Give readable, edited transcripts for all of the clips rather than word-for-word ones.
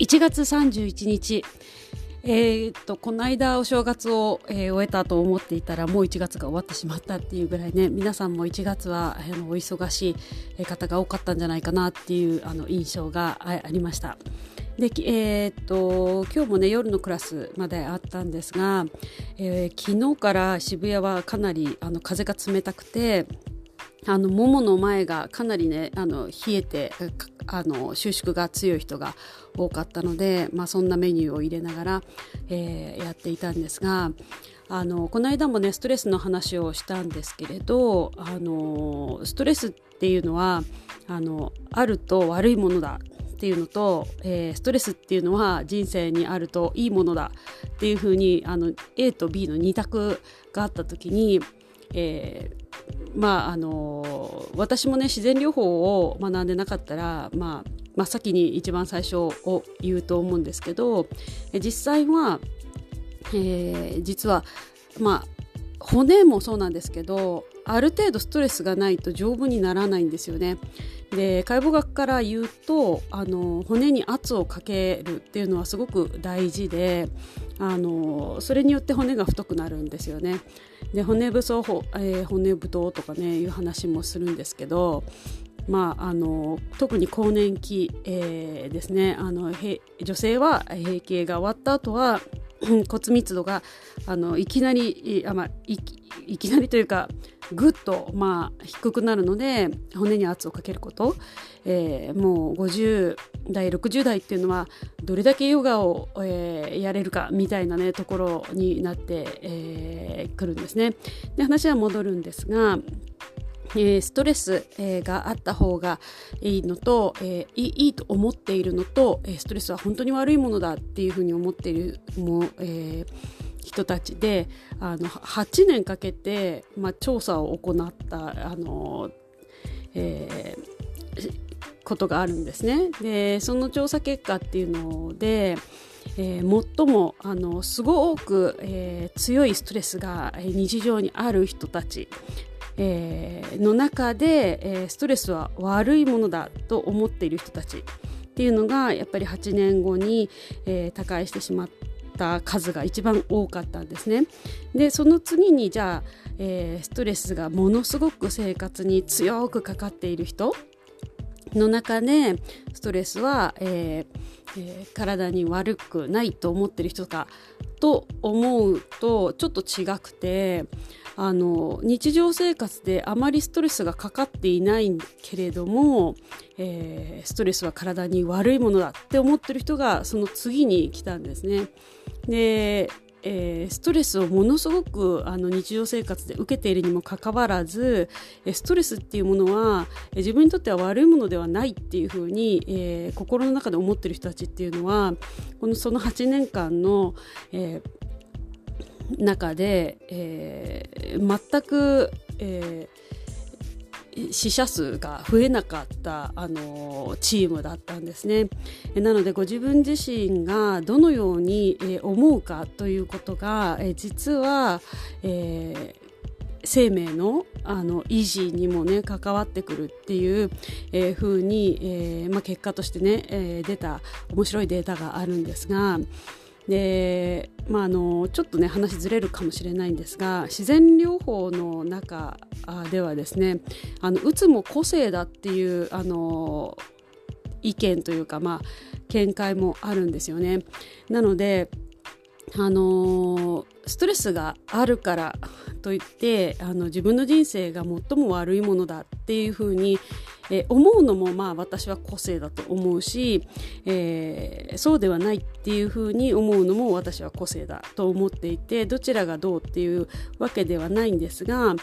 1月31日、この間お正月を、終えたと思っていたらもう1月が終わってしまったっていうぐらいね、皆さんも1月はお忙しい方が多かったんじゃないかなっていう印象がありました。で、今日もね夜のクラスまであったんですが、昨日から渋谷はかなり風が冷たくて、ももの前がかなりね冷えて収縮が強い人が多かったので、そんなメニューを入れながら、やっていたんですが、この間もねストレスの話をしたんですけれど、ストレスっていうのはあると悪いものだっていうのと、ストレスっていうのは人生にあるといいものだっていうふうにA と B の2択があった時に、私もね自然療法を学んでなかったら、真っ先に一番最初を言うと思うんですけど、実際は、実は骨もそうなんですけど、ある程度ストレスがないと丈夫にならないんですよね。で、解剖学から言うと骨に圧をかけるっていうのはすごく大事で、それによって骨が太くなるんですよね。で、骨太とかねいう話もするんですけど、特に更年期、ですね、女性は閉経が終わった後は骨密度がいきなりというかぐっと低くなるので、骨に圧をかけること、もう50代60代っていうのはどれだけヨガを、やれるかみたいなねところになって、くるんですね。で、話は戻るんですが、ストレス、があった方がいいのと、いいと思っているのと、ストレスは本当に悪いものだっていうふうに思っている人たちで8年かけて、調査を行ったことがあるんですね。で、その調査結果っていうので、最もすごく、強いストレスが日常にある人たちの中で、ストレスは悪いものだと思っている人たちっていうのがやっぱり8年後に、他界してしまった数が一番多かったんですね。で、その次にじゃあ、ストレスがものすごく生活に強くかかっている人の中でストレスは、体に悪くないと思っている人かと思うとちょっと違くて、日常生活であまりストレスがかかっていないけれども、ストレスは体に悪いものだって思ってる人がその次に来たんですね。で、ストレスをものすごく日常生活で受けているにもかかわらず、ストレスっていうものは自分にとっては悪いものではないっていうふうに、心の中で思っている人たちっていうのはその8年間の、中で、全く、死者数が増えなかったチームだったんですね。なのでご自分自身がどのように、思うかということが、実は、生命の維持にもね関わってくるっていう、風に、結果としてね、出た面白いデータがあるんですが、で、ちょっとね話ずれるかもしれないんですが、自然療法の中ではですね、うつも個性だっていう意見というか、見解もあるんですよね。なのでストレスがあるからといって自分の人生が最も悪いものだっていうふうに、思うのも私は個性だと思うし、そうではないっていうふうに思うのも私は個性だと思っていて、どちらがどうっていうわけではないんですが、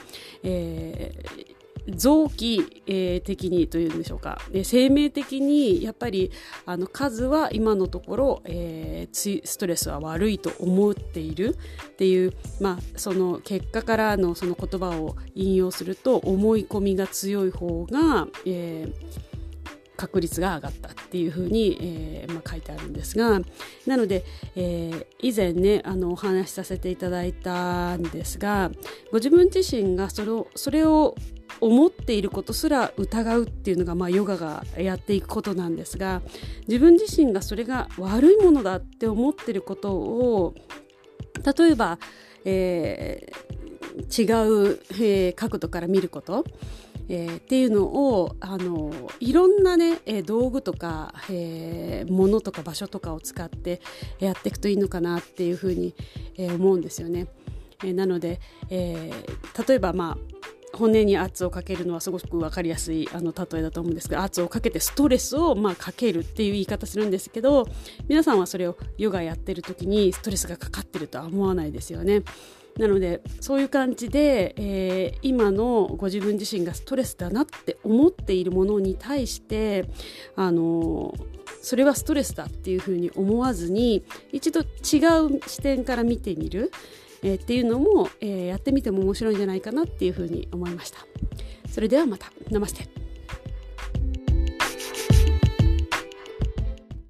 臓器、的にというんでしょうか、生命的にやっぱり数は今のところ、ストレスは悪いと思っているっていう、その結果からのその言葉を引用すると、思い込みが強い方が、 確率が上がったっていうふうに、書いてあるんですが、なので、以前ねお話しさせていただいたんですが、ご自分自身がそれを思っていることすら疑うっていうのが、ヨガがやっていくことなんですが、自分自身がそれが悪いものだって思っていることを、例えば、違う、角度から見ること、っていうのをいろんなね、道具とか、物とか場所とかを使ってやっていくといいのかなっていうふうに、思うんですよね。なので、例えば骨に圧をかけるのはすごく分かりやすい例えだと思うんですが、圧をかけてストレスをかけるっていう言い方するんですけど、皆さんはそれをヨガやってる時にストレスがかかってるとは思わないですよね。なのでそういう感じで、今のご自分自身がストレスだなって思っているものに対してそれはストレスだっていうふうに思わずに、一度違う視点から見てみるっていうのも、やってみても面白いんじゃないかなっていうふうに思いました。それではまた。ナマステ。